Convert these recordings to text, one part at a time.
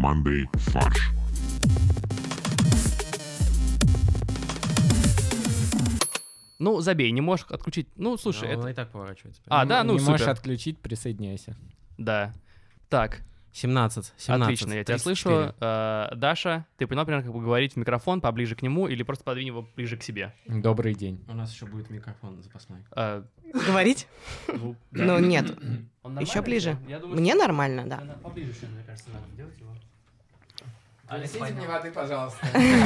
командой «Фарш». Ну, забей, не можешь отключить. Ну, слушай, Ну, это... он и так поворачивается. Да, ну не можешь супер. отключить, присоединяйся. Да. Так, 17. отлично, я тебя 34. слышу. Даша, ты поняла, примерно, как бы говорить в микрофон поближе к нему или просто подвинь его ближе к себе? Добрый день. У нас еще будет микрофон запасной. Говорить? Ну, Ну, нет. он Еще нормально ближе. сделал? Я думаю, Мне что- нормально, да. Надо поближе еще, мне кажется, надо сделать его. Принесите мне воды, пожалуйста.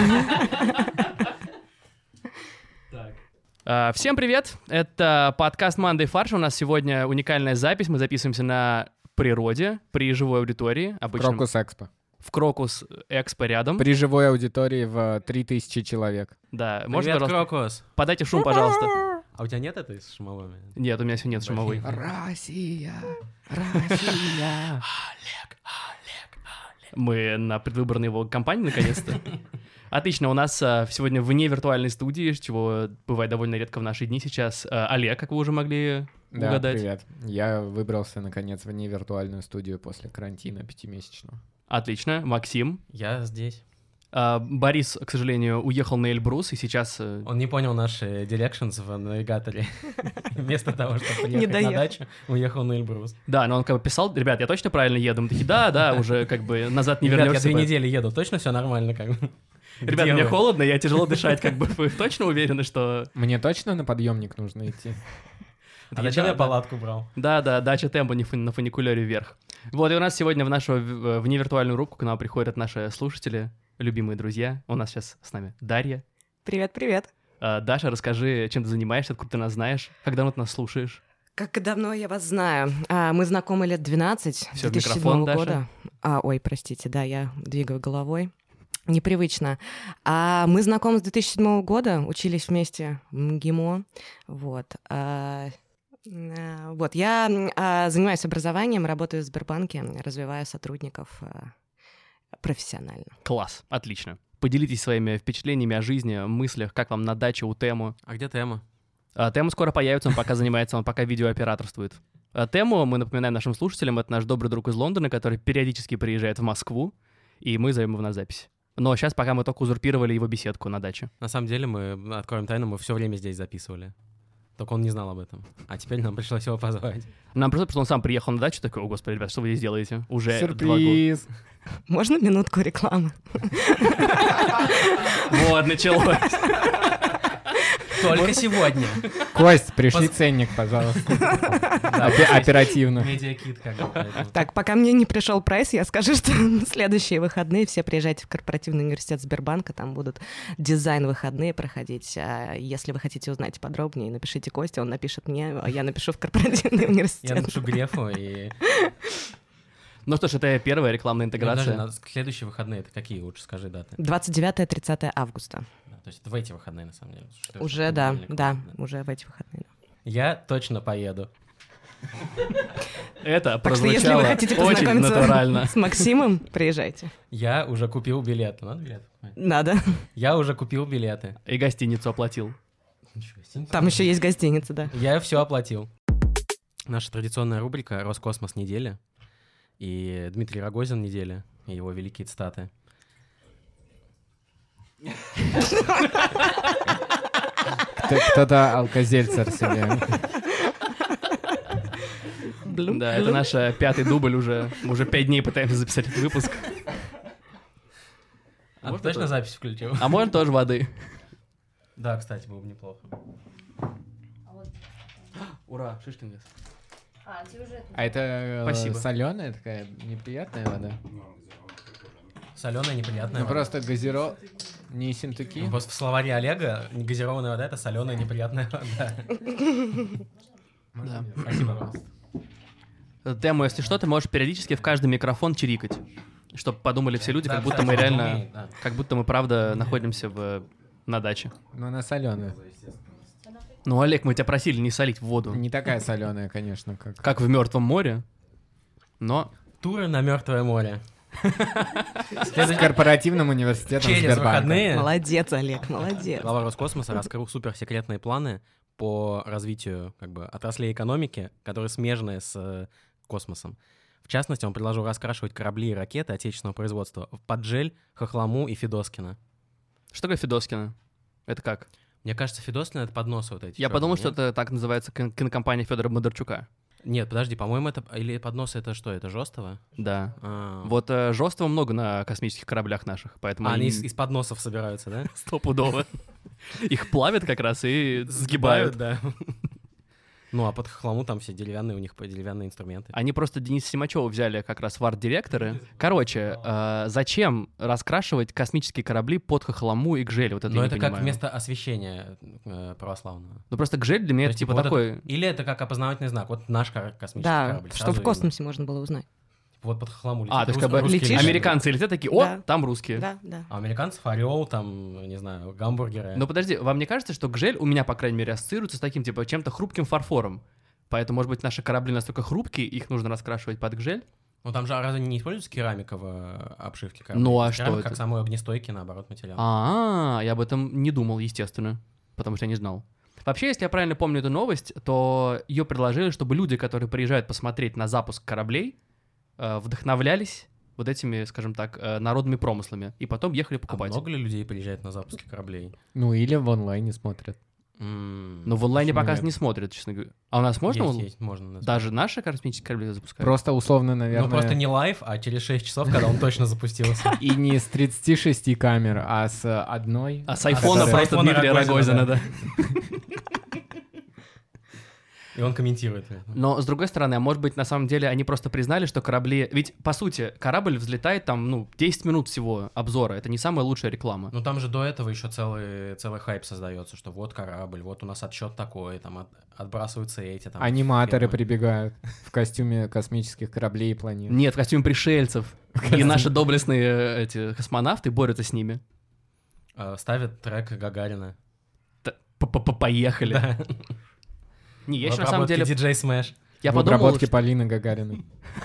Всем привет! Это подкаст «Мандай фарш». У нас сегодня уникальная запись. Мы записываемся на природе, при живой аудитории. Обычно Крокус Экспо. в Крокус Экспо рядом. При живой аудитории в 3000 человек. Да, можно, Привет, пожалуйста, Крокус. подайте шум, пожалуйста. А у тебя нет этой с шумовыми? Нет, у меня сегодня нет шумовой. Россия, Россия. Мы на предвыборной его кампании наконец-то. Отлично, у нас сегодня вне виртуальной студии, чего бывает довольно редко в наши дни сейчас. Олег, как вы уже могли Да, угадать. привет. Я выбрался, наконец, в невиртуальную студию после карантина 5-месячного. Отлично, Максим. Я здесь. Борис, к сожалению, уехал на Эльбрус, и сейчас... Он не понял наши directions в навигаторе. Вместо того, чтобы Не приехать на доехал. дачу, уехал на Эльбрус. Да, но он как бы писал: ребят, я точно правильно еду? Мы такие: да, уже как бы назад не Ребят, я вернешься. 2 недели еду, точно все нормально как бы? Ребят, Где мне вы? холодно, я тяжело дышать, как бы вы точно уверены, что... Мне точно на подъемник нужно идти? А зачем Да, я палатку брал? Да, дача темпо на фуникулере вверх. Вот, и у нас сегодня в нашу вневиртуальную рубку к нам приходят наши слушатели, любимые друзья. У нас сейчас с нами Дарья. Привет-привет. Даша, расскажи, чем ты занимаешься, откуда ты нас знаешь, как давно ты нас слушаешь? Как давно я вас знаю? Мы знакомы лет 12, Всё в 2007 микрофон, Даша. года. Ой, простите, да, я двигаю головой. Непривычно. Мы знакомы с 2007 года, учились вместе в МГИМО. Вот. Вот, я занимаюсь образованием, работаю в Сбербанке, развиваю сотрудников профессионально. Класс, отлично. Поделитесь своими впечатлениями о жизни, мыслях, как вам на даче у Тему. А где Тема? Тему скоро появится, он пока занимается, он пока видеооператорствует. Тему, мы напоминаем нашим слушателям, это наш добрый друг из Лондона, который периодически приезжает в Москву, и мы зовем его на запись. Но сейчас пока мы только узурпировали его беседку на даче. На самом деле мы, откроем тайну, мы все время здесь записывали. Только он не знал об этом. А теперь нам пришлось его позвать. Нам просто, потому что он сам приехал на дачу, такой: о, господи, ребят, что вы здесь делаете? Уже 2 года. Сюрприз! Можно минутку рекламы? Вот, началось. Только сегодня. Кость, пришли ценник, пожалуйста. Оперативно. Медиакит как бы. поэтому. Так, пока мне не пришел прайс, я скажу, что на следующие выходные все приезжайте в корпоративный университет Сбербанка, там будут дизайн-выходные проходить. Если вы хотите узнать подробнее, напишите Косте, он напишет мне, а я напишу в корпоративный Я университет. напишу Грефу и... Ну что ж, это первая рекламная интеграция. Даже на следующие выходные, это какие, лучше скажи даты. 29-30 августа. Да, то есть в эти выходные, на самом деле. Что Уже, это да, понедельник, да, да. уже в эти выходные. Я точно поеду. Это Так что, если вы прозвучало хотите очень познакомиться натурально. с Максимом, приезжайте. Я уже купил билеты. Надо билеты? Надо. Я уже купил билеты. И гостиницу оплатил. Там еще есть гостиница, да. Я все оплатил. Наша традиционная рубрика «Роскосмос недели». И Дмитрий Рогозин недели. И его великие цитаты. Кто-то алкозельцер себе. Да, это наш 5-й дубль уже. Мы уже 5 дней пытаемся записать этот выпуск. А Вот ты точно это. запись включил? А может тоже воды. Да, кстати, было бы неплохо. Ура, Шишкин лес. А это Спасибо. соленая такая неприятная вода? Соленая, неприятная. Ну вода. просто не Ессентуки. Ну, просто в словаре Олега негазированная вода — это соленая, неприятная вода. Да. Спасибо, пожалуйста. Тему, если что, ты можешь периодически в каждый микрофон чирикать. Чтобы подумали все люди, Да, как будто кстати, мы он реально... умеет, да. Как будто мы правда находимся на даче. Но она соленая. Ну, Олег, мы тебя просили не солить воду. Не такая соленая, конечно, Как в Мертвом море. Но Туры на Мертвое море. в корпоративном университете Через Сбербанка. выходные Молодец, Олег, молодец. глава Роскосмоса раскрыл суперсекретные планы по развитию как бы отраслей экономики, которые смежны с космосом. В частности, он предложил раскрашивать корабли и ракеты отечественного производства под Джель, Хохлому и Федоскина. Что такое Федоскина? Это как? Мне кажется, Федоскина — это подносы вот эти. Я подумал, чёрные, что это так называется кинокомпания Федора Бондарчука. Нет, подожди, по-моему, это... Или подносы — это что, это Жёстова? Да. А. Вот Жёстова много на космических кораблях наших, поэтому Они из подносов собираются, да? стопудово. Их плавят как раз и сгибают. да. Ну, а под Хохлому там все деревянные, у них деревянные инструменты. Они просто Дениса Симачева взяли как раз в арт-директоры. Короче, зачем раскрашивать космические корабли под Хохлому и Гжель? Вот это Но я это не как понимаю. вместо освещения православного. Ну просто Гжель для меня То это есть, типа вот такой... Или это как опознавательный знак. Вот наш космический Да, корабль. чтобы в сразу космосе можно было узнать. видно. Вот под Хохлому летит. А, то есть как бы русские летишь? летят. американцы летят такие, о, Да. там русские. Да, да. А у американцев орел, там, не знаю, гамбургеры. Но подожди, вам не кажется, что Гжель у меня, по крайней мере, ассоциируется с таким, типа, чем-то хрупким фарфором? Поэтому, может быть, наши корабли настолько хрупкие, их нужно раскрашивать под Гжель? Ну там же разве не используется керамика в обшивке кораблей? Ну, а Керамика что как это? самый огнестойкий, наоборот, материал. Я об этом не думал, естественно, потому что я не знал. Вообще, если я правильно помню эту новость, то ее предложили, чтобы люди, которые приезжают посмотреть на запуск кораблей, вдохновлялись вот этими, скажем так, народными промыслами, и потом ехали А покупать. много ли людей приезжает на запуски кораблей? Ну, или в онлайне смотрят. Но в онлайне Почему пока нет? не смотрят, честно говоря. А у нас можно? Есть, можно. назвать. Даже наши космические корабли запускают? Просто условно, наверное... Ну просто не лайв, а через 6 часов, когда он точно запустился. И не с 36 камер, а с одной. А с айфона с просто айфона Дмитрия Рогозина, Рогозина, да. И он комментирует. Но, с другой стороны, а может быть, на самом деле, они просто признали, что корабли... Ведь, по сути, корабль взлетает там, 10 минут всего обзора. Это не самая лучшая реклама. Ну там же до этого еще целый хайп создается, что вот корабль, вот у нас отсчет такой, там отбрасываются эти там. Аниматоры фирмы. прибегают в костюме космических кораблей и планет. Нет, в костюме пришельцев. И наши доблестные эти космонавты борются с ними. Ставят трек Гагарина. Поехали. Да. Не, я В еще на самом обработке деле... DJ Smash. Я в подумал, обработке Полины Гагариной.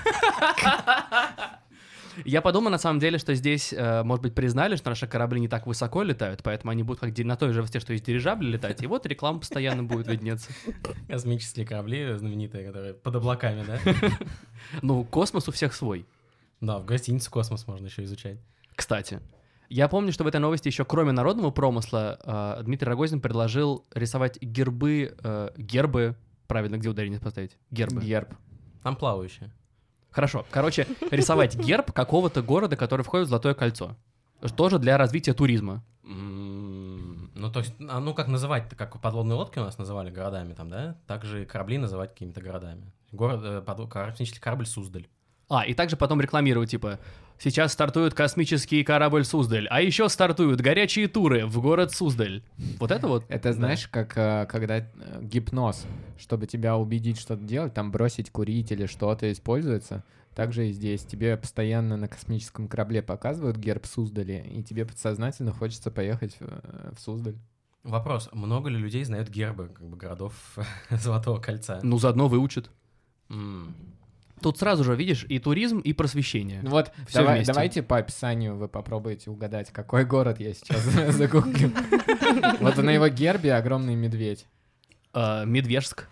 Я подумал, на самом деле, что здесь, может быть, признали, что наши корабли не так высоко летают, поэтому они будут как на той же высоте, что есть дирижабли, летать, и вот реклама постоянно будет виднеться. Космические корабли знаменитые, которые под облаками, да? Ну, космос у всех свой. Да, в гостинице космос можно еще изучать. Кстати, я помню, что в этой новости еще, кроме народного промысла, Дмитрий Рогозин предложил рисовать гербы, правильно, где ударение поставить? Гербы. Герб. Там плавающие. Хорошо. Короче, рисовать герб какого-то города, который входит в Золотое кольцо. Тоже для развития туризма. Ну, то есть, как называть-то, как подводные лодки у нас называли городами там, да? Также и корабли называть какими-то городами. Космический корабль Суздаль. И также потом рекламировать, типа, сейчас стартует космический корабль Суздаль, а еще стартуют горячие туры в город Суздаль. Вот это вот. Это знаешь, как когда гипноз, чтобы тебя убедить что-то делать, там бросить курить или что-то используется. Также и здесь. Тебе постоянно на космическом корабле показывают герб Суздаля, и тебе подсознательно хочется поехать в Суздаль. Вопрос, много ли людей знают гербы городов Золотого кольца? Ну, заодно выучат. Тут сразу же, видишь, и туризм, и просвещение. Вот, Всё вместе. давайте по описанию вы попробуйте угадать, какой город я сейчас загуглю. Вот на его гербе огромный медведь. Медвежск.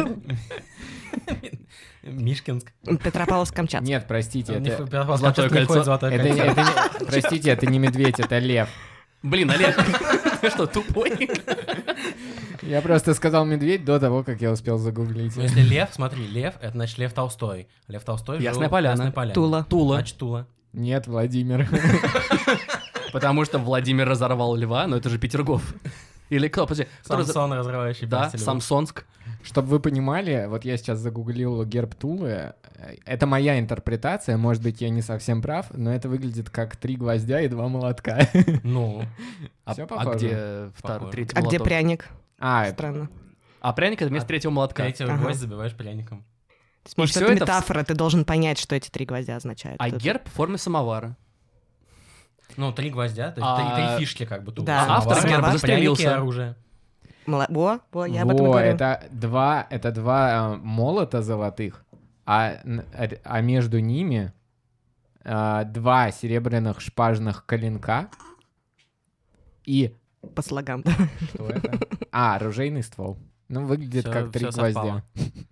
Мишкинск. Петропавловск-Камчатск. Нет, простите, это... Золотое кольцо. Золотое это кольцо. не- простите, это не медведь, это лев. Блин, Олег, ты что, тупой? Я просто сказал медведь до того, как я успел загуглить. Ну, если лев, смотри, лев, это значит Лев Толстой. Лев Толстой жил Ясная в Поляна. Ясной Поляне. Тула. Тула. Значит, Тула. Нет, Владимир. Потому что Владимир разорвал льва, но это же Петергоф. Или кто? Подожди, кто Самсон, разрывающий Да, пасти львов. Самсонск. Чтобы вы понимали, вот я сейчас загуглил герб Тулы. Это моя интерпретация, может быть, я не совсем прав, но это выглядит как 3 гвоздя и 2 молотка. Ну, Всё А похоже. где второй, Похоже. третий А где молоток? пряник? А, Странно. А пряник — это вместо третьего молотка. третий Ага. гвоздь забиваешь пряником. То есть, может, всё это это в- метафора, ты должен понять, что эти 3 гвоздя означают. А Это- герб в форме самовара. Ну, 3 гвоздя, то есть три фишки как бы тут. Да. А автор Самовар, герба пряники Пряники и застрелился. оружие. Во, я об этом и во, говорю. это два молота золотых, а между ними 2 серебряных шпажных коленка и... По слогам. Что это? Оружейный ствол. Ну, выглядит Всё- как 3 всё гвоздя. совпало.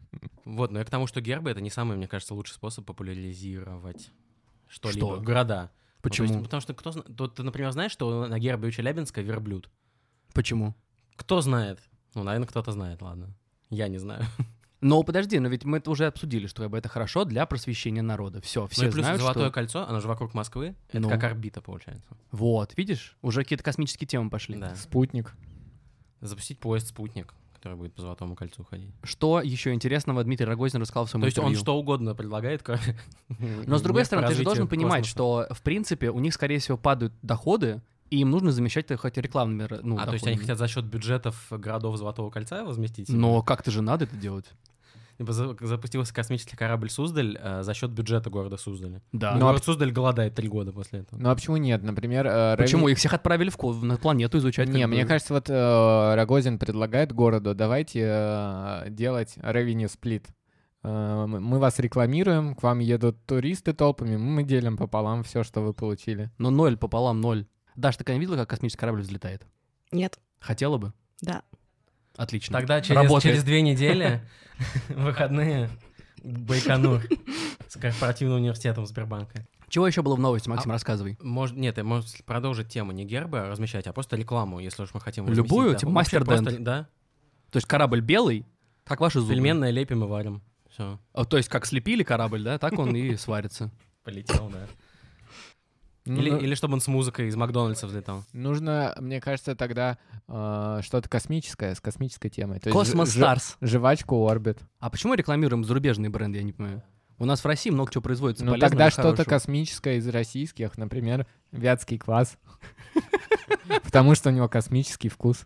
Вот, но я к тому, что гербы — это не самый, мне кажется, лучший способ популяризировать что-либо. Что? Города. Почему? Ну, то есть, потому что ты, например, знаешь, что на гербе у Челябинска верблюд? Почему? Кто знает? Ну, наверное, кто-то знает, ладно. Я не знаю. Но подожди, но ведь мы это уже обсудили, что это хорошо для просвещения народа. Все, Ну все и плюс знают, Золотое что... кольцо, оно же вокруг Москвы. Это Ну. как орбита, получается. Вот, видишь? Уже какие-то космические темы пошли. Да. Спутник. Запустить поезд «Спутник», который будет по Золотому кольцу ходить. Что еще интересного Дмитрий Рогозин рассказал в своем То есть он интервью? что угодно предлагает, кроме... Но с другой мер по стороны, ты же развитию должен понимать, космоса. что, в принципе, у них, скорее всего, падают доходы, и им нужно замещать это хоть рекламными То есть они доходами. хотят за счет бюджетов городов Золотого кольца возместить? Но как-то же надо это делать. Либо запустился космический корабль «Суздаль» за счет бюджета города Суздаля. Да. Но Ну, а город Суздаль голодает 3 года после этого. Ну а почему нет? Например, Почему? Их всех отправили на планету изучать. Не, как мне бы. кажется, вот Рогозин предлагает городу, давайте делать revenue split. Мы вас рекламируем, к вам едут туристы толпами, мы делим пополам все, что вы получили. Но 0 пополам 0. Даш, ты когда видела, как космический корабль взлетает? Нет, Хотела бы? да. Отлично. Тогда Работает. через 2 недели выходные Байконур с корпоративным университетом Сбербанка. Чего еще было в новости, Максим, рассказывай. Нет, может продолжить тему не гербы размещать, а просто рекламу, если уж мы хотим Любую, разместить, типа да. Вообще Мастер-Дент. просто, да, То есть корабль белый, как ваши зубы. пельменное лепим и варим. Все, То есть как слепили корабль, да, так он и сварится. полетел, да. Ну, Или чтобы он с музыкой из Макдональдса взлетал. нужно, мне кажется, тогда что-то космическое, с космической темой. То есть Космос Старс. жвачку Орбит. А почему рекламируем зарубежные бренды, я не понимаю? У нас в России много чего производится Ну полезного тогда и что-то хорошего. космическое из российских, например, вятский квас. Потому что у него космический вкус.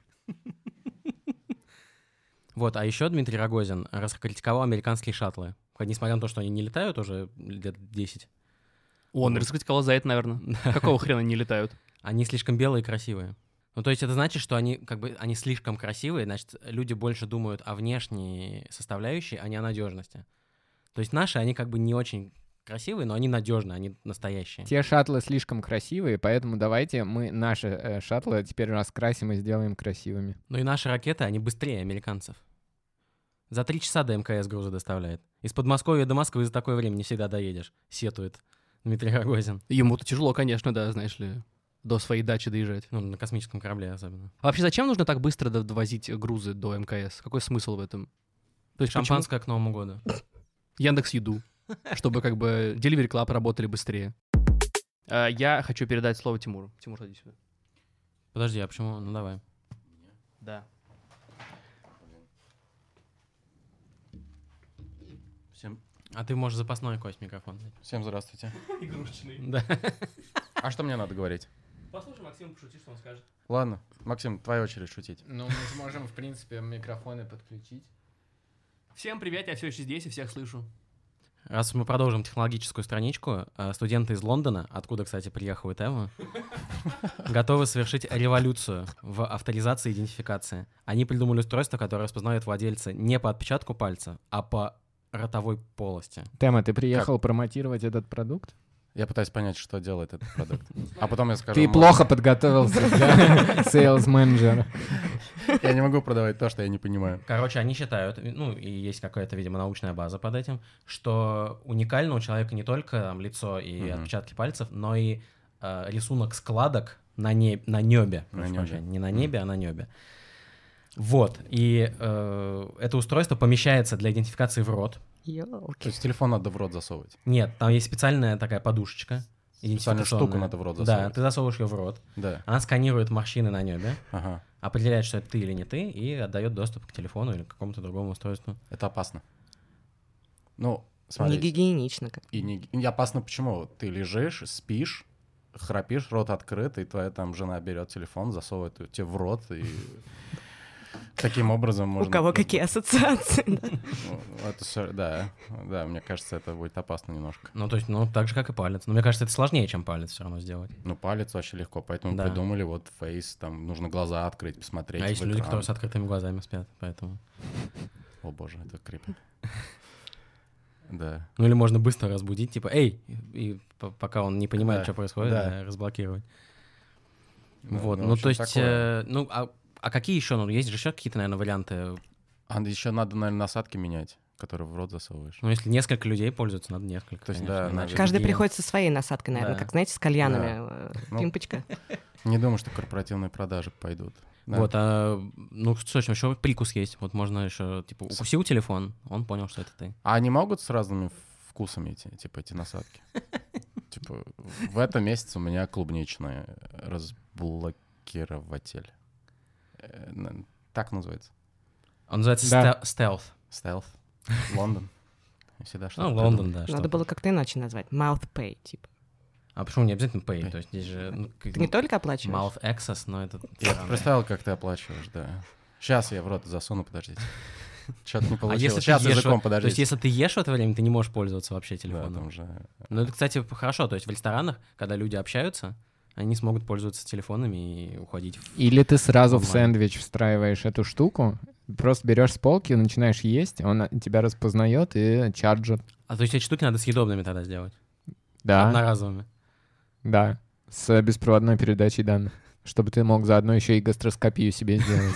Вот, а еще Дмитрий Рогозин раскритиковал американские шаттлы. Несмотря на то, что они не летают уже лет 10. Он раскритиковал за это, наверное. Какого хрена не летают? Они слишком белые и красивые. Ну, то есть это значит, что они слишком красивые, значит, люди больше думают о внешней составляющей, а не о надежности. То есть наши, они как бы не очень красивые, но они надежные, они настоящие. Те шаттлы слишком красивые, поэтому давайте мы наши шаттлы теперь раскрасим и сделаем красивыми. Ну и наши ракеты, они быстрее американцев. За 3 часа до МКС грузы доставляет. Из Подмосковья до Москвы за такое время не всегда доедешь. Сетует Дмитрий Рогозин. Ему-то тяжело, конечно, да, знаешь ли, до своей дачи доезжать. Ну, на космическом корабле особенно. А вообще зачем нужно так быстро довозить грузы до мкс? Какой смысл в этом? То есть Шампанское к Новому году. Яндекс.Еду, чтобы как бы Delivery Club работали быстрее. Я хочу передать слово Тимуру. Тимур, иди сюда. Подожди, а почему? Ну, давай. Да. А ты можешь запасной, Кость, микрофон взять. Всем здравствуйте. Игрушечный. Да. А что мне надо говорить? Послушай, Максим, пошути, что он скажет. Ладно, Максим, твоя очередь шутить. Ну, мы сможем, в принципе, микрофоны подключить. Всем привет, я все еще здесь и всех слышу. Раз мы продолжим технологическую страничку, студенты из Лондона, откуда, кстати, приехал и Тема, готовы совершить революцию в авторизации и идентификации. Они придумали устройство, которое распознает владельца не по отпечатку пальца, а по ротовой полости. Тема, ты приехал промотировать этот продукт? Я пытаюсь понять, что делает этот продукт. А потом я скажу... Ты может, плохо подготовился для сейлс-менеджера. Я не могу продавать то, что я не понимаю. Короче, они считают, ну и есть какая-то, видимо, научная база под этим, что уникально у человека не только там, лицо и отпечатки пальцев, но и рисунок складок на небе. На небе. Не на небе, а на небе. Вот. И это устройство помещается для идентификации в рот. То Ёлки. есть телефон надо в рот засовывать. Нет, там есть специальная такая подушечка. Специальную штуку идентификационная. надо в рот Да, засовывать. ты засовываешь ее в рот. Да. Она сканирует морщины на небе, Ага. определяет, что это ты или не ты, и отдает доступ к телефону или к какому-то другому устройству. Это опасно. Ну, Не смотри. гигиенично как. И опасно почему? Ты лежишь, спишь, храпишь, рот открыт, и твоя там жена берет телефон, засовывает его тебе в рот, и таким образом можно... У кого какие ассоциации? Да. Ну, это всё- да, мне кажется, это будет опасно немножко. Ну, то есть, ну, так же, как и палец. Но мне кажется, это сложнее, чем палец все равно сделать. Ну, палец очень легко, поэтому Да. придумали вот фейс, там нужно глаза открыть, посмотреть А есть в люди, экран. которые с открытыми глазами спят, поэтому... О боже, это крипи. Да. Ну, или можно быстро разбудить, типа, эй, и пока он не понимает, Да, что происходит, да. да, разблокировать. Да, Вот, ну, ну, в общем, то есть, такое. а какие еще, ну, есть же еще какие-то, наверное, варианты? А еще надо, наверное, насадки менять. который в рот засовываешь. Ну, если несколько людей пользуются, надо несколько. То есть, конечно, да, иначе Каждый гигиена. приходит со своей насадкой, наверное, Да. как, знаете, с кальянами. Ну, Пимпочка. Не думаю, что корпоративные продажи пойдут. Да. Вот, ну, слушай, еще прикус есть. Вот можно еще, типа, укусил телефон, он понял, что это ты. А они могут с разными вкусами идти, типа, эти насадки? Типа, в этом месяце у меня клубничный разблокирователь. Так называется. Он называется Да. Stealth. Stealth. Лондон. Я всегда Ну, что-то Лондон, да. Надо что-то. было как-то иначе назвать. Mouth Pay, типа. А почему не обязательно pay? Pay. То есть здесь же... Ну, Ты не только оплачиваешь? Mouth access, но это... Я представил, как ты оплачиваешь, да. Сейчас я в рот засуну, подождите. Что-то не А получилось. если Сейчас ты ешь, языком, то есть подождите. если ты ешь в это время, ты не можешь пользоваться вообще Да, телефоном. там же... Ну, это, кстати, хорошо. То есть в ресторанах, когда люди общаются, они смогут пользоваться телефонами и уходить в... Или ты сразу в Онлайн. сэндвич встраиваешь эту штуку, просто берешь с полки, начинаешь есть, он тебя распознает и чарджит. А то есть эти штуки надо съедобными тогда сделать? Да, Одноразовыми? да, с беспроводной передачей данных, чтобы ты мог заодно еще и гастроскопию себе сделать.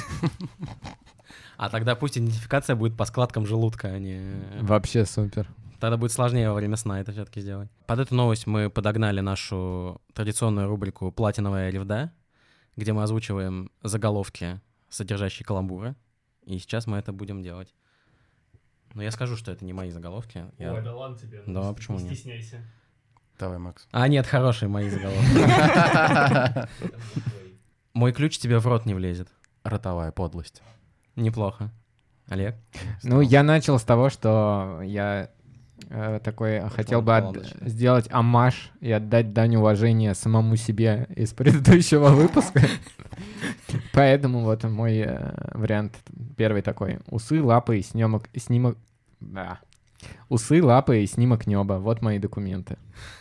А тогда пусть идентификация будет по складкам желудка, а не... Вообще супер. Тогда будет сложнее во время сна это все-таки сделать. Под эту новость мы подогнали нашу традиционную рубрику «Платиновая ревда», где мы озвучиваем заголовки, содержащие каламбуры. И сейчас мы это будем делать. Но я скажу, что это не мои заголовки. Я- да ладно тебе. Да, почему нет? стесняйся. Давай, Макс. А, нет, хорошие мои заголовки. Мой ключ тебе в рот не влезет. Ротовая подлость. Неплохо. Олег? Ну, я начал с того, что я такой хотел бы колоночка. сделать оммаж и отдать дань уважения самому себе из предыдущего выпуска. Поэтому вот мой вариант первый такой. Усы, лапы и снимок... Да. Усы, лапы и снимок неба. Вот мои документы.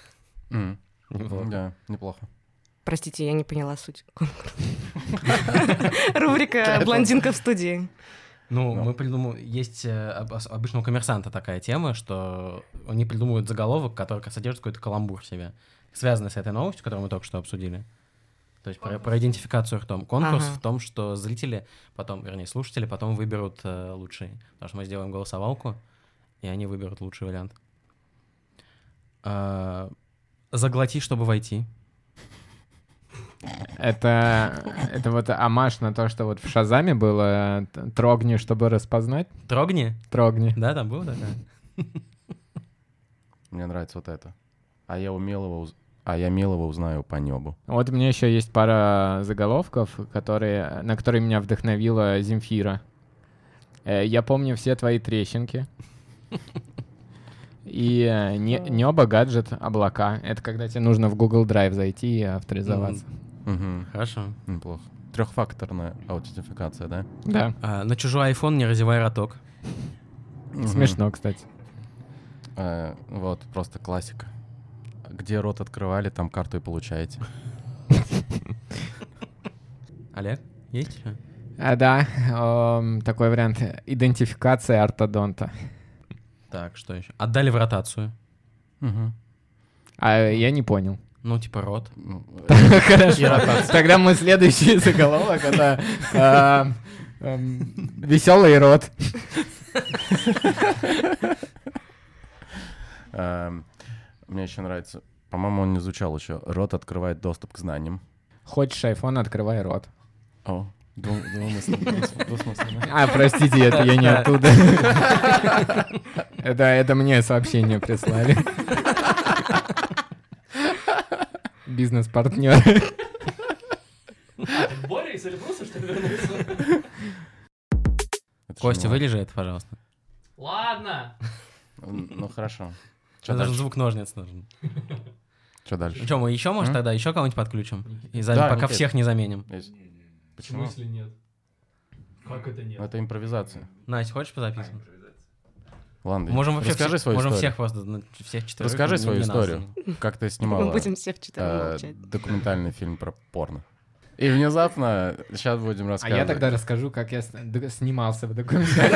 Да, неплохо. Простите, я не поняла суть конкурса. Рубрика «Блондинка в студии». Ну, мы придумали... Есть обычно у коммерсанта такая тема, что они придумывают заголовок, который содержит какой-то каламбур в себе, связанный с этой новостью, которую мы только что обсудили. То есть про идентификацию ртом. Конкурс Ага. в том, что зрители потом, вернее, слушатели потом выберут лучший. Потому что мы сделаем голосовалку, и они выберут лучший вариант. Заглоти, чтобы войти. Это вот оммаж на то, что вот в Шазаме было «трогни, чтобы распознать». Трогни? Трогни. Да, там было такое? Мне нравится вот это. А я милого узнаю по небу. Вот у меня еще есть пара заголовков, на которые меня вдохновила Земфира. Я помню все твои трещинки. И небо, гаджет, облака. Это когда тебе нужно в Google Drive зайти и авторизоваться. Мгм. Хорошо. Неплохо. Трехфакторная аутентификация, да? Да, На чужой iPhone не разевай роток. Мгм. смешно, кстати. Вот, просто классика. Где рот открывали, там карту и получаете. Олег, есть еще? Да, такой вариант. Идентификация ортодонта. Так, что еще? Отдали в ротацию. Мгм. А я не понял. Ну, типа рот. Ну, Хорошо. Тогда мой следующий заголовок — это «Веселый рот». Мне еще нравится, по-моему, он не звучал еще. Рот открывает доступ к знаниям. Хочешь iPhone — открывай рот. О, двусмысленно. А, простите, это я не оттуда. Это мне сообщение прислали. Бизнес-партнер. Боря из Эльбруса, что ли, вернулся? Это же Костя, не вырежи это, пожалуйста. Ладно. важно. Ну, хорошо. Что Даже дальше? звук ножниц нужен. Что дальше? Ну что, мы еще, может, М? тогда еще кого-нибудь подключим? И Да, пока Никит. всех не заменим. Есть. В Почему? смысле нет? Как это нет? Ну, это импровизация. Настя, хочешь позаписывать? Ладно, Можем вообще расскажи свою можем историю. всех просто, всех четверых. Расскажи не- свою не нас. историю. Как ты Мы снимала будем все вчетвером молчать. документальный фильм про порно. И внезапно сейчас будем А рассказывать. я тогда расскажу, как я снимался в документале.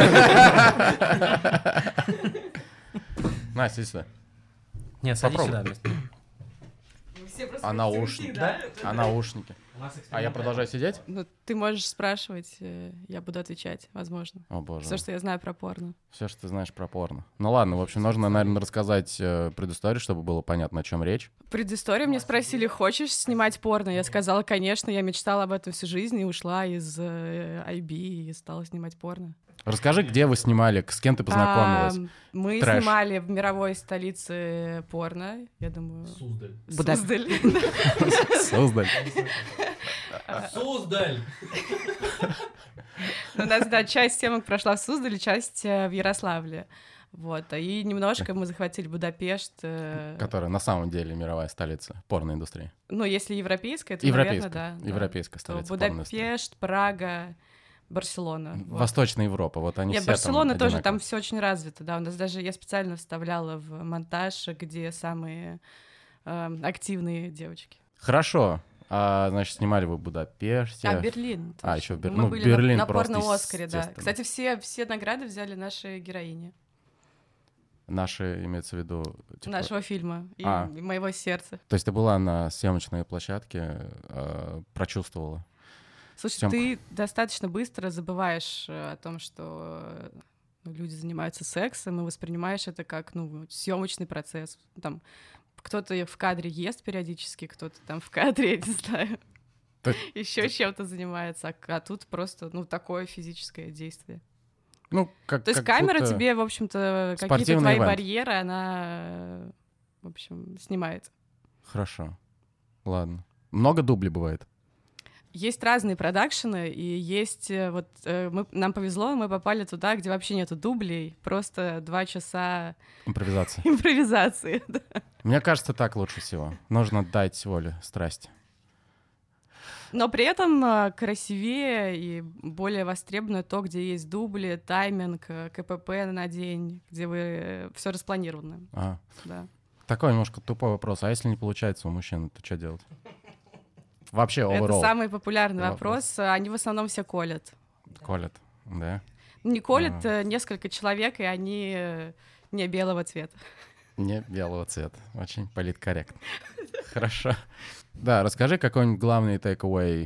Настя, иди сюда. Нет, садись Попробуй. сюда вместе. Все просто А наушники? А наушники? А я продолжаю сидеть? Ну, ты можешь спрашивать, я буду отвечать, возможно. О, боже. Все, что я знаю про порно. Все, что ты знаешь про порно. Ну ладно, в общем, нужно, наверное, рассказать предысторию, чтобы было понятно, о чем речь. Предысторию мне спросили, хочешь снимать порно? Я сказала, конечно, я мечтала об этом всю жизнь и ушла из IB и стала снимать порно. Расскажи, где вы снимали, с кем ты познакомилась? Мы Трэш. снимали в мировой столице порно, я думаю... Суздаль. Суздаль. Суздаль. Суздаль! У нас, да, часть съемок прошла в Суздале, часть в Ярославле. Вот, и немножко мы захватили Будапешт. Которая на самом деле мировая столица порноиндустрии. Ну, если европейская, то, Европейская, наверное, да. европейская То столица порноиндустрии. Будапешт, Прага, Барселона. Вот. Восточная Европа, вот они Нет, все Барселона там тоже, одинаковые. там все очень развито, да. У нас даже я специально вставляла в монтаж, где самые активные девочки. Хорошо. Значит, снимали вы в Будапеште. Берлин. А, точно. еще Берлин. Мы Ну, были Берлин на просто, порно-Оскаре, да. естественно. Кстати, все награды взяли наши героини Наши, имеется в виду... типа, нашего фильма и моего сердца. То есть ты была на съемочной площадке, прочувствовала? Слушай, съемку. ты достаточно быстро забываешь о том, что люди занимаются сексом, и воспринимаешь это как, съемочный процесс. Там кто-то в кадре ест периодически, кто-то там в кадре, я не знаю, еще чем-то занимается, а тут просто, такое физическое действие. Ну, как То есть как камера будто тебе, в общем-то, какие-то спортивный твои ивент. барьеры, она, в общем, снимает. Хорошо. Ладно. Много дублей бывает? Есть разные продакшены, и есть... нам повезло, мы попали туда, где вообще нету дублей, просто 2 часа Импровизация. импровизации. Да. Мне кажется, так лучше всего. Нужно дать волю страсти. Но при этом красивее и более востребовано то, где есть дубли, тайминг, КПП на день, где вы все распланировано. Да. Такой немножко тупой вопрос. А если не получается у мужчины, то что делать? Вообще, Это overall. самый популярный Вопрос. вопрос. Они в основном все колят. Колят, да? Не колят несколько человек, и они не белого цвета. Не белого цвета. Очень политкорректно. Хорошо. Да, расскажи какой-нибудь главный takeaway,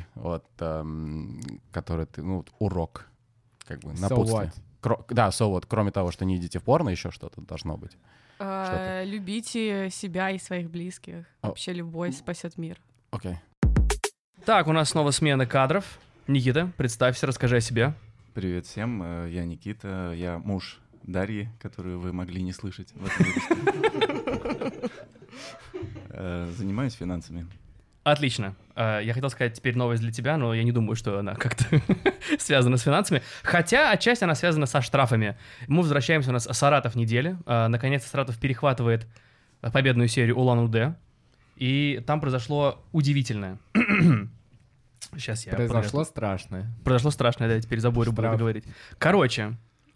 который ты, урок, как бы, So напутствие. what? Да, so what. Кроме того, что не идите в порно, еще что-то должно быть. Что-то. Любите себя и своих близких. Вообще любовь спасет мир. Окей. Так, у нас снова смена кадров. Никита, представься, расскажи о себе. Привет всем, я Никита, я муж Дарьи, которую вы могли не слышать в этом выпуске. Занимаюсь финансами. Отлично. Я хотел сказать теперь новость для тебя, но я не думаю, что она как-то связана с финансами. Хотя отчасти она связана со штрафами. Мы возвращаемся, у нас Саратов недели. Наконец-то Саратов перехватывает победную серию Улан-Удэ. И там произошло удивительное. Сейчас я... Произошло страшное. Произошло страшное, да, я теперь заборю буду Штраф. говорить. Короче,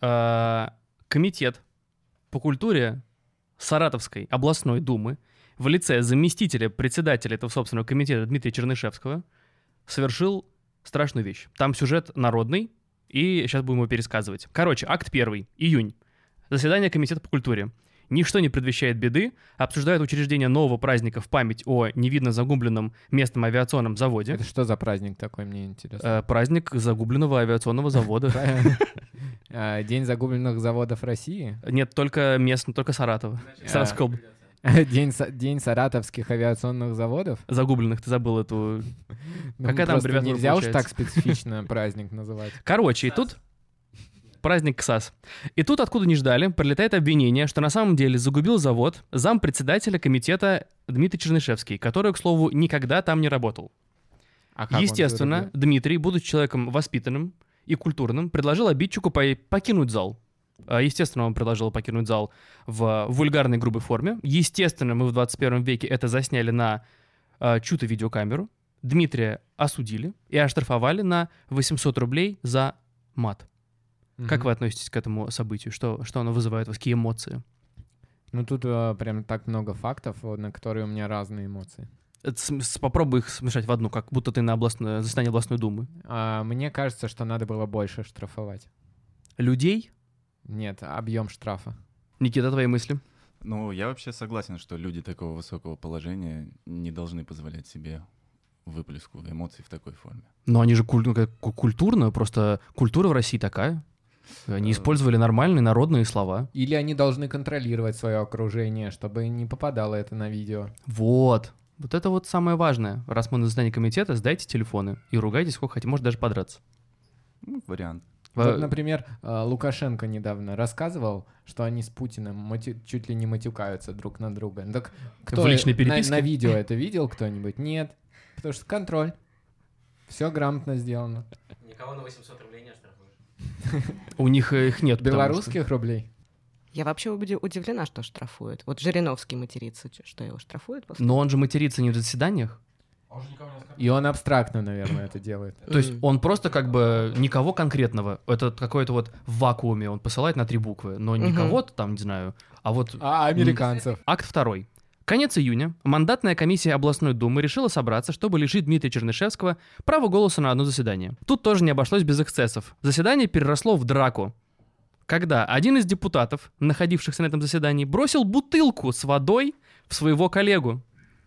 комитет по культуре Саратовской областной думы в лице заместителя председателя этого собственного комитета Дмитрия Чернышевского совершил страшную вещь. Там сюжет народный, и сейчас будем его пересказывать. Короче, акт 1, июнь. Заседание комитета по культуре. Ничто не предвещает беды. Обсуждают учреждение нового праздника в память о невидно загубленном местном авиационном заводе. Это что за праздник такой, мне интересно? Праздник загубленного авиационного завода. День загубленных заводов России? Нет, только местно, только Саратова. Саратовская область. День саратовских авиационных заводов? Загубленных, ты забыл эту... Ну, Какая там просто аббревиатура нельзя уж получается? так специфично праздник называть. Короче, и тут... Праздник КСАС. И тут, откуда не ждали, прилетает обвинение, что на самом деле загубил завод зампредседателя комитета Дмитрий Чернышевский, который, к слову, никогда там не работал. А как он Естественно, зарубил? Дмитрий, будучи человеком воспитанным и культурным, предложил обидчику покинуть зал. Естественно, он предложил покинуть зал в вульгарной грубой форме. Естественно, мы в 21 веке это засняли на чью-то видеокамеру. Дмитрия осудили и оштрафовали на 800 рублей за мат. Как вы относитесь к этому событию? Что оно вызывает у вас? Какие эмоции? Ну, тут прям так много фактов, на которые у меня разные эмоции. Попробуй их смешать в одну, как будто ты на заседании областной думы. Мне кажется, что надо было больше штрафовать. Людей? Нет, объем штрафа. Никита, твои мысли? Ну, я вообще согласен, что люди такого высокого положения не должны позволять себе выплеску эмоций в такой форме. Но они же культурно, просто культура в России такая. Они использовали нормальные народные слова. Или они должны контролировать свое окружение, чтобы не попадало это на видео. Вот. Вот это вот самое важное. Раз мы на заседании комитета, сдайте телефоны и ругайтесь сколько хотите, может даже подраться. Ну, вариант. Вот, например, Лукашенко недавно рассказывал, что они с Путиным чуть ли не матюкаются друг на друга. Так кто В личной переписке? на видео это видел кто-нибудь? Нет. Потому что контроль. Все грамотно сделано. Никого на 800 рублей не оштрафуешь. У них их нет. потому что- Белорусских рублей. Я вообще удивлена, что штрафуют. Вот Жириновский матерится, что его штрафуют после? Но он же матерится не в заседаниях. И он абстрактно, наверное, это делает. То есть он просто как бы никого конкретного. Это какой-то вот в вакууме он посылает на 3 буквы. Но не Мгм. кого-то там, не знаю, а вот... А американцев? Акт 2. Конец июня. Мандатная комиссия областной думы решила собраться, чтобы лишить Дмитрия Чернышевского права голоса на одно заседание. Тут тоже не обошлось без эксцессов. Заседание переросло в драку. Когда один из депутатов, находившихся на этом заседании, бросил бутылку с водой в своего коллегу.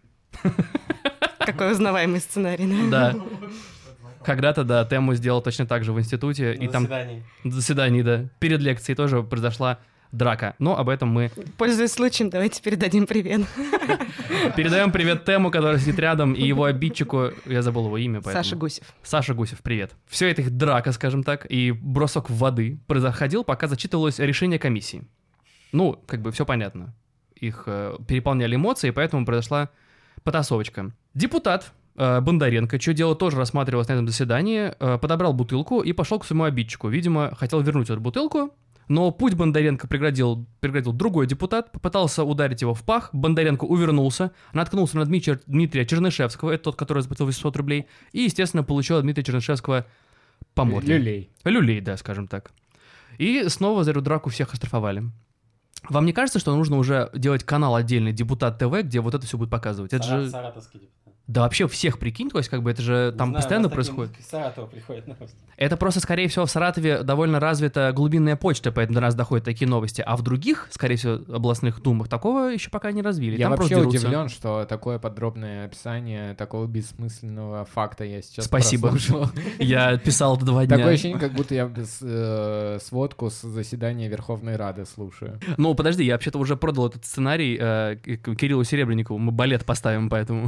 Какой узнаваемый сценарий, да? Да. Когда-то, да, Тему сделал точно так же в институте. И там на заседании, да, перед лекцией тоже произошла драка. Но об этом мы Пользуясь случаем, давайте передадим привет. передаем привет Тему, который сидит рядом, и его обидчику, я забыл его имя, поэтому... Саша Гусев. Саша Гусев, привет. Все это их драка, скажем так, и бросок воды происходил, пока зачитывалось решение комиссии. Ну, как бы все понятно. Их переполняли эмоции, поэтому произошла потасовочка. Депутат Бондаренко, чье дело тоже рассматривалось на этом заседании, подобрал бутылку и пошел к своему обидчику. Видимо, хотел вернуть эту бутылку, но путь Бондаренко преградил другой депутат, попытался ударить его в пах, Бондаренко увернулся, наткнулся на Дмитрия Чернышевского, это тот, который заплатил 800 рублей, и, естественно, получил от Дмитрия Чернышевского по морде. Люлей. Люлей, да, скажем так. И снова за эту драку всех оштрафовали. Вам не кажется, что нужно уже делать канал отдельный «Депутат ТВ», где вот это все будет показывать? Это же... Саратовский депутат. Да вообще всех прикинь, то есть как бы это же там постоянно происходит. Из Саратова приходят новости. Это просто, скорее всего, в Саратове довольно развита глубинная почта, поэтому до нас доходят такие новости. А в других, скорее всего, областных думах такого еще пока не развили. Я Там вообще просто дерутся. удивлен, что такое подробное описание такого бессмысленного факта я сейчас Спасибо. прослушал. Я писал это 2 дня. Такое ощущение, как будто я сводку с заседания Верховной Рады слушаю. Ну, подожди, я вообще-то уже продал этот сценарий Кириллу Серебренникову. Мы балет поставим, поэтому...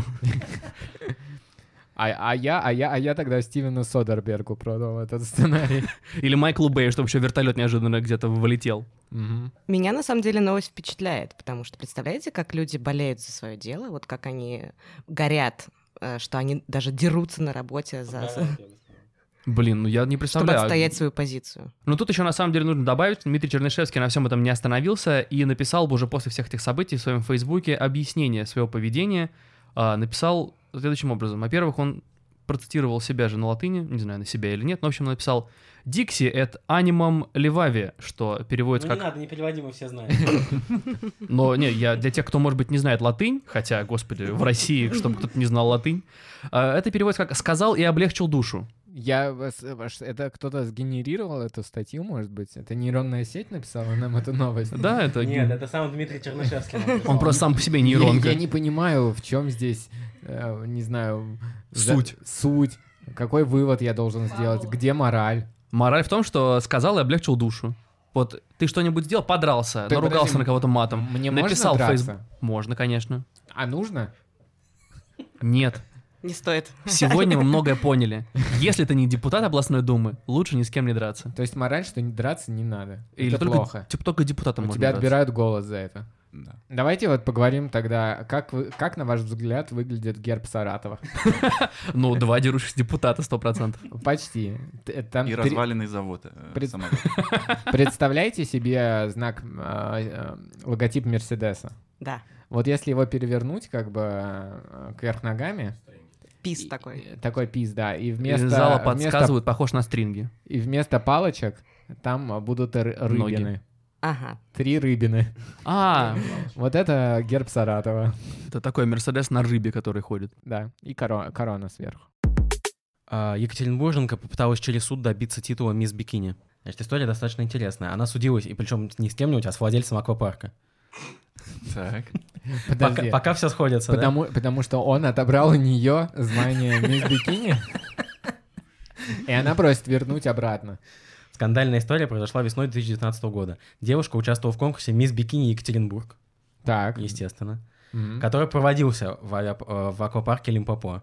А я тогда Стивену Содербергу продал этот сценарий. Или Майклу Бэю, чтобы еще вертолет неожиданно где-то вылетел. Мгм. Меня на самом деле новость впечатляет, потому что представляете, как люди болеют за свое дело, вот как они горят, что они даже дерутся на работе Блин, ну я не чтобы представляю. отстоять свою позицию. Но тут еще на самом деле нужно добавить, Дмитрий Чернышевский на всем этом не остановился и написал бы уже после всех этих событий в своем Фейсбуке объяснение своего поведения. Написал следующим образом. Во-первых, он процитировал себя же на латыни, не знаю, на себя или нет, но в общем написал «Dixi et animam levavi», что переводится Ну как... не надо, не переводи, мы все знаем. Но не, я для тех, кто, может быть, не знает латынь, хотя, господи, в России, чтобы кто-то не знал латынь, это переводится как «сказал и облегчил душу». Это кто-то сгенерировал эту статью, может быть? Это нейронная сеть написала нам эту новость? Да, это... Нет, это сам Дмитрий Чернышевский. написал. Он просто сам по себе нейронка. Я не понимаю, в чем здесь, не знаю... Суть. Суть. Какой вывод я должен сделать? Где мораль? Мораль в том, что сказал и облегчил душу. Вот ты что-нибудь сделал, подрался, Так, наругался подожди, на кого-то матом. Мне написал можно в драться? Facebook. Можно, конечно. А нужно? Нет. Не стоит. Сегодня мы многое поняли. Если ты не депутат областной думы, лучше ни с кем не драться. То есть мораль, что драться не надо. Или это только, плохо. только депутатам У можно тебя драться. отбирают голос за это. Да. Давайте вот поговорим тогда, как на ваш взгляд выглядит герб Саратова? Ну, 2 дерущихся депутата 100%. Почти. Там И разваленный завод. Пред- самолет. Представляете себе знак, логотип Мерседеса? Да. Вот если его перевернуть как бы кверх ногами, Пис такой. такой пиз, да, и Из вместо, зала подсказывают, похож на стринги. и вместо палочек там будут рыбины. Ага. 3 рыбины. Вот это герб Саратова. Это такой Мерседес на рыбе, который ходит. Да, и корона сверху. Екатеринбурженко попыталась через суд добиться титула «Мисс Бикини». Значит, история достаточно интересная. Она судилась, и причем не с кем-нибудь, а с владельцем аквапарка. Так. Подожди. Пока все сходится, да? Потому что он отобрал у нее знания мисс Бикини, и она просит вернуть обратно. Скандальная история произошла весной 2019 года. Девушка участвовала в конкурсе «Мисс Бикини Екатеринбург», Так. естественно, Мгм. который проводился в аквапарке Лимпопо.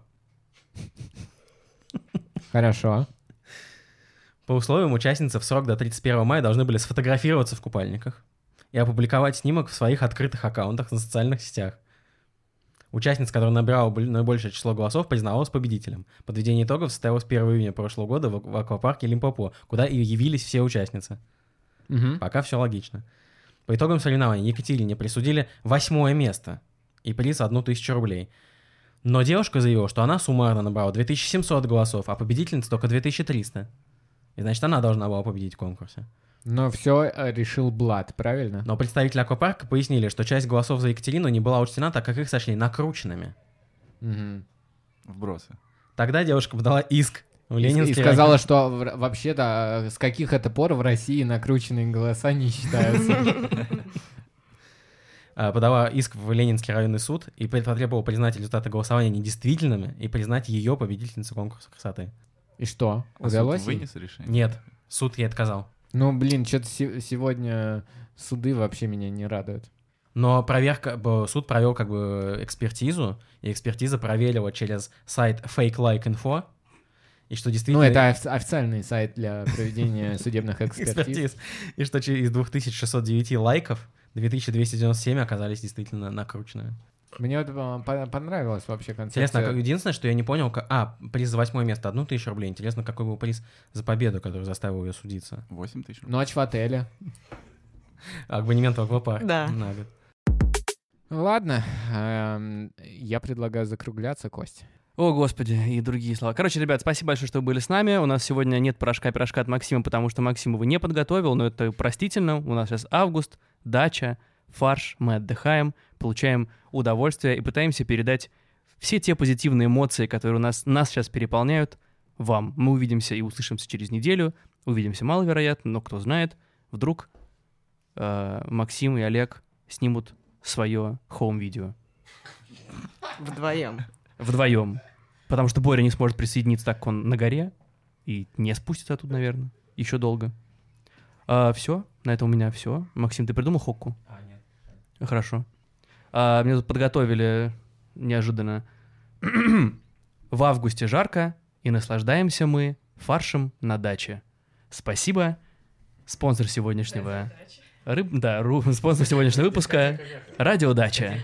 Хорошо. По условиям участницы в срок до 31 мая должны были сфотографироваться в купальниках и опубликовать снимок в своих открытых аккаунтах на социальных сетях. Участница, которая набирала наибольшее число голосов, признавалась победителем. Подведение итогов состоялось 1 июня прошлого года в аквапарке Лимпопо, куда и явились все участницы. Мгм. Пока все логично. По итогам соревнований Екатерине присудили 8 место и приз 1000 рублей. Но девушка заявила, что она суммарно набрала 2700 голосов, а победительница только 2300. И значит, она должна была победить в конкурсе. Но все решил Блад, правильно? Но представители аквапарка пояснили, что часть голосов за Екатерину не была учтена, так как их сочли накрученными. Мгм. Вбросы. Тогда девушка подала иск в И Ленинский сказала, район. что вообще-то с каких это пор в России накрученные голоса не считаются. Подала иск в Ленинский районный суд и потребовала признать результаты голосования недействительными и признать ее победительницей конкурса красоты. И что, А суд удалось ей? вынес решение? Нет, суд ей отказал. Ну, блин, что-то сегодня суды вообще меня не радуют. Но суд провел как бы экспертизу, и экспертиза проверила через сайт Fake-Like-Info, и что действительно... Ну, это официальный сайт для проведения судебных экспертиз. экспертиз. И что из 2609 лайков 2297 оказались действительно накрученные. Мне вот понравилась вообще Интересно, концепция. единственное, что я не понял, приз за 8 место 1000 рублей. Интересно, какой был приз за победу, который заставил ее судиться? 8 тысяч. Ночь в отеле. Абонемент в аквапарк Да. на год. Ладно, я предлагаю закругляться, Кость. О, господи, и другие слова. Короче, ребят, спасибо большое, что вы были с нами. У нас сегодня нет пирожка от Максима, потому что Максим его не подготовил, но это простительно. У нас сейчас август, дача, фарш, мы отдыхаем, получаем удовольствие и пытаемся передать все те позитивные эмоции, которые нас сейчас переполняют, вам. Мы увидимся и услышимся через неделю. Увидимся маловероятно, но кто знает, вдруг Максим и Олег снимут свое хоум-видео. Вдвоем. Потому что Боря не сможет присоединиться, так как он на горе. И не спустится оттуда, наверное. Еще долго. Все. На этом у меня все. Максим, ты придумал хокку? Нет. Хорошо. Мне тут подготовили неожиданно. В августе жарко, и наслаждаемся мы фаршем на даче. Спасибо. Спонсор сегодняшнего... спонсор сегодняшнего выпуска — Радио Дача.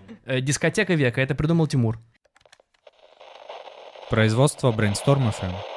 Дискотека века. Это придумал Тимур. Производство Brainstorm FM.